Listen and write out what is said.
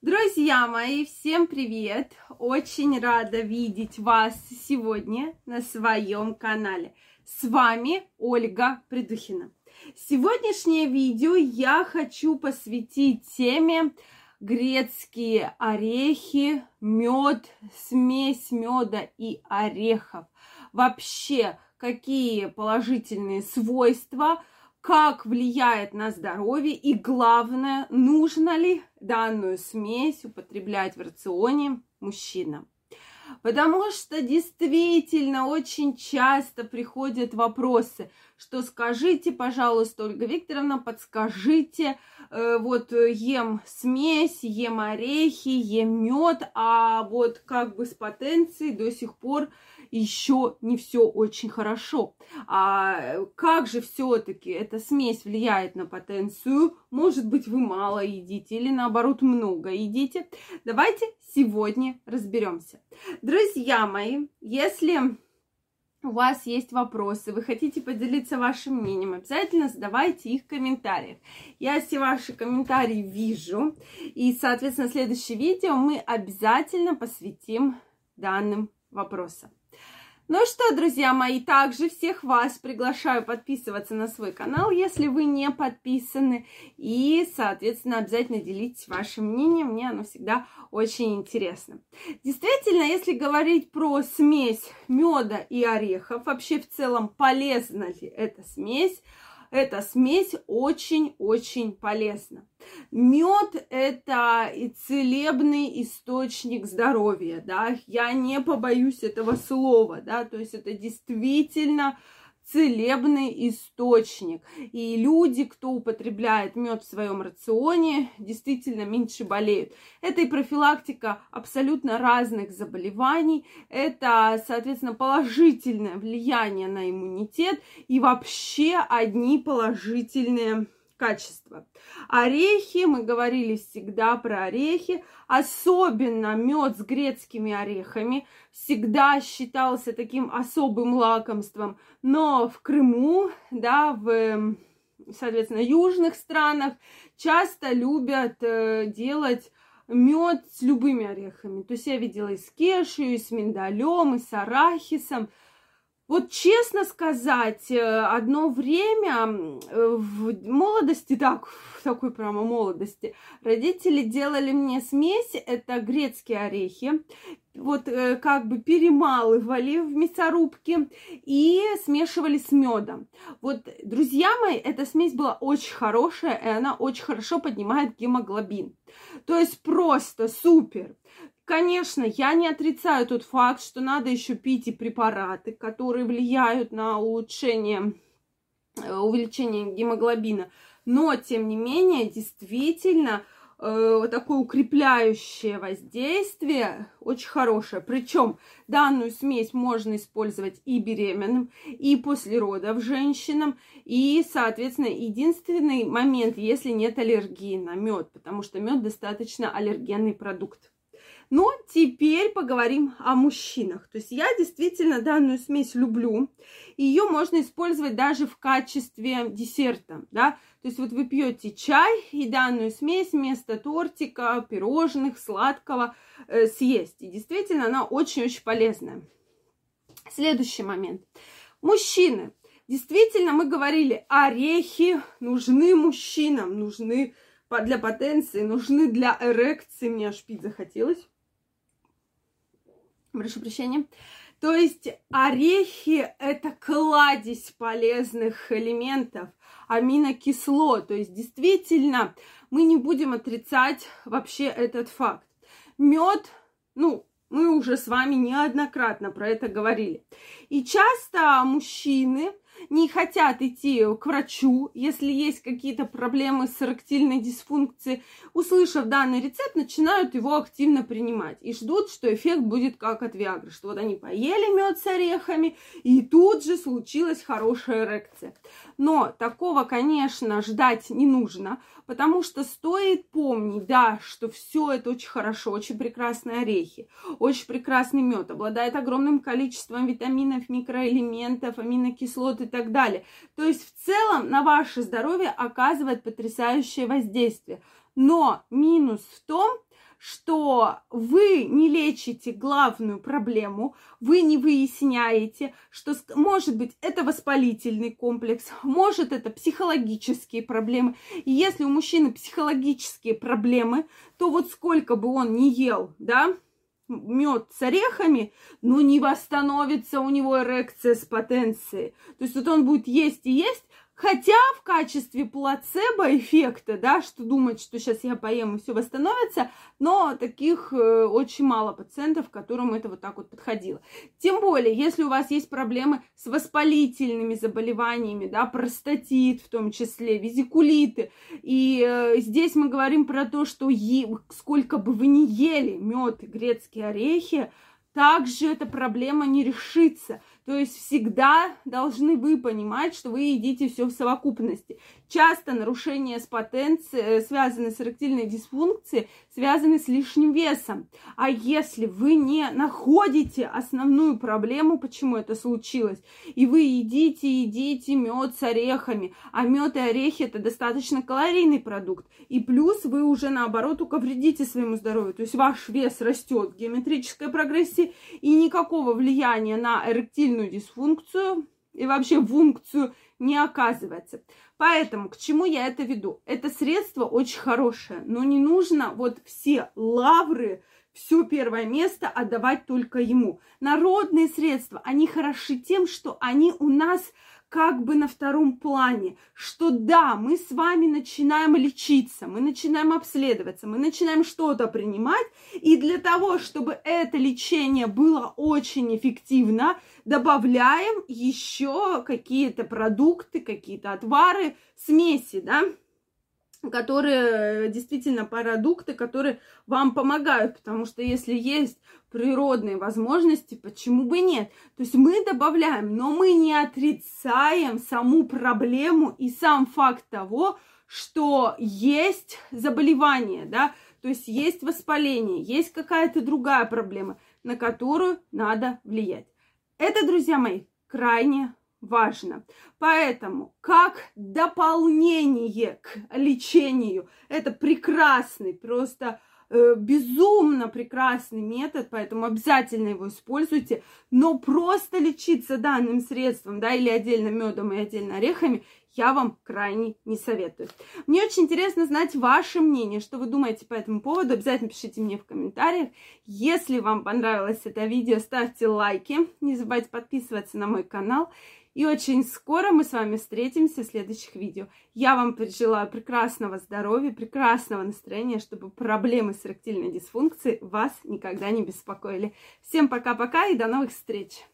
Друзья мои, всем привет! Очень рада видеть вас сегодня на своем канале. С вами Ольга Придухина. Сегодняшнее видео я хочу посвятить теме грецкие орехи, мед, смесь меда и орехов. Вообще, какие положительные свойства, как влияет на здоровье и, главное, нужно ли данную смесь употреблять в рационе мужчинам. Потому что действительно очень часто приходят вопросы, что скажите, пожалуйста, Ольга Викторовна, подскажите, вот ем смесь, ем орехи, ем мед, а вот как бы с потенцией до сих пор еще не все очень хорошо. А как же все-таки эта смесь влияет на потенцию? Может быть, вы мало едите или наоборот много едите? Давайте сегодня разберемся. Друзья мои, если у вас есть вопросы, вы хотите поделиться вашим мнением, обязательно задавайте их в комментариях. Я все ваши комментарии вижу, и, соответственно, следующее видео мы обязательно посвятим данным вопросам. Ну что, друзья мои, также всех вас приглашаю подписываться на свой канал, если вы не подписаны. И, соответственно, обязательно делитесь вашим мнением, мне оно всегда очень интересно. Действительно, если говорить про смесь меда и орехов, вообще в целом полезна ли эта смесь? Эта смесь очень-очень полезна. Мед – это и целебный источник здоровья, да, я не побоюсь этого слова, да, то есть это действительно целебный источник. И люди, кто употребляет мед в своем рационе, действительно меньше болеют. Это и профилактика абсолютно разных заболеваний, это, соответственно, положительное влияние на иммунитет и вообще одни положительные качества. Орехи, мы говорили всегда про орехи, особенно мед с грецкими орехами, всегда считался таким особым лакомством, но в Крыму, да, в, соответственно, южных странах часто любят делать мед с любыми орехами. То есть я видела и с кешью, и с миндалем, и с арахисом. Вот честно сказать, одно время в молодости, так, в такой прямо молодости, родители делали мне смесь, это грецкие орехи, вот как бы перемалывали в мясорубке и смешивали с медом. Вот, друзья мои, эта смесь была очень хорошая, и она очень хорошо поднимает гемоглобин. То есть просто супер. Конечно, я не отрицаю тот факт, что надо еще пить и препараты, которые влияют на увеличение гемоглобина. Но, тем не менее, действительно, такое укрепляющее воздействие очень хорошее. Причем данную смесь можно использовать и беременным, и после родов женщинам. И, соответственно, единственный момент, если нет аллергии на мед, потому что мед достаточно аллергенный продукт. Но теперь поговорим о мужчинах. То есть я действительно данную смесь люблю. Ее можно использовать даже в качестве десерта. Да? То есть вот вы пьете чай и данную смесь вместо тортика, пирожных, сладкого съесть. И действительно она очень-очень полезная. Следующий момент. Мужчины. Действительно мы говорили, орехи нужны мужчинам, нужны для потенции, нужны для эрекции. Мне аж пить захотелось. Прошу прощения. То есть орехи – это кладезь полезных элементов, аминокислот. То есть действительно мы не будем отрицать вообще этот факт. Мед, мы уже с вами неоднократно про это говорили. И часто мужчины не хотят идти к врачу, если есть какие-то проблемы с эректильной дисфункцией, услышав данный рецепт, начинают его активно принимать и ждут, что эффект будет как от Виагры, что вот они поели мед с орехами, и тут же случилась хорошая эрекция. Но такого, конечно, ждать не нужно, потому что стоит помнить, да, что все это очень хорошо, очень прекрасные орехи, очень прекрасный мед, обладает огромным количеством витаминов, микроэлементов, аминокислот и так далее. То есть в целом на ваше здоровье оказывает потрясающее воздействие. Но минус в том, что вы не лечите главную проблему, вы не выясняете, что, может быть, это воспалительный комплекс, может, это психологические проблемы. И если у мужчины психологические проблемы, то вот сколько бы он ни ел, да, мед с орехами, но не восстановится у него эрекция с потенцией. То есть вот он будет есть и есть, хотя в качестве плацебо-эффекта, да, что думать, что сейчас я поем и все восстановится, но таких очень мало пациентов, которым это вот так вот подходило. Тем более, если у вас есть проблемы с воспалительными заболеваниями, да, простатит в том числе, везикулиты, и здесь мы говорим про то, что сколько бы вы ни ели мед и грецкие орехи, также эта проблема не решится. То есть всегда должны вы понимать, что вы едите все в совокупности. Часто нарушения с потенцией, связанные с эректильной дисфункцией, связаны с лишним весом. А если вы не находите основную проблему, почему это случилось, и вы едите мед с орехами, а мед и орехи это достаточно калорийный продукт, и плюс вы уже наоборот только вредите своему здоровью, то есть ваш вес растет в геометрической прогрессии, и никакого влияния на эректильную дисфункцию и вообще функцию не оказывается. Поэтому к чему я это веду? Это средство очень хорошее, но не нужно вот все лавры, все первое место отдавать только ему. Народные средства, они хороши тем, что они у нас как бы на втором плане, что да, мы с вами начинаем лечиться, мы начинаем обследоваться, мы начинаем что-то принимать, и для того, чтобы это лечение было очень эффективно, добавляем еще какие-то продукты, какие-то отвары, смеси, да, которые действительно продукты, которые вам помогают, потому что если есть природные возможности, почему бы нет? То есть мы добавляем, но мы не отрицаем саму проблему и сам факт того, что есть заболевание, да, то есть есть воспаление, есть какая-то другая проблема, на которую надо влиять. Это, друзья мои, крайне важно. Поэтому, как дополнение к лечению, это прекрасный, просто безумно прекрасный метод, поэтому обязательно его используйте, но просто лечиться данным средством, да, или отдельно медом и отдельно орехами, я вам крайне не советую. Мне очень интересно знать ваше мнение, что вы думаете по этому поводу. Обязательно пишите мне в комментариях. Если вам понравилось это видео, ставьте лайки. Не забывайте подписываться на мой канал. И очень скоро мы с вами встретимся в следующих видео. Я вам желаю прекрасного здоровья, прекрасного настроения, чтобы проблемы с эректильной дисфункцией вас никогда не беспокоили. Всем пока-пока и до новых встреч!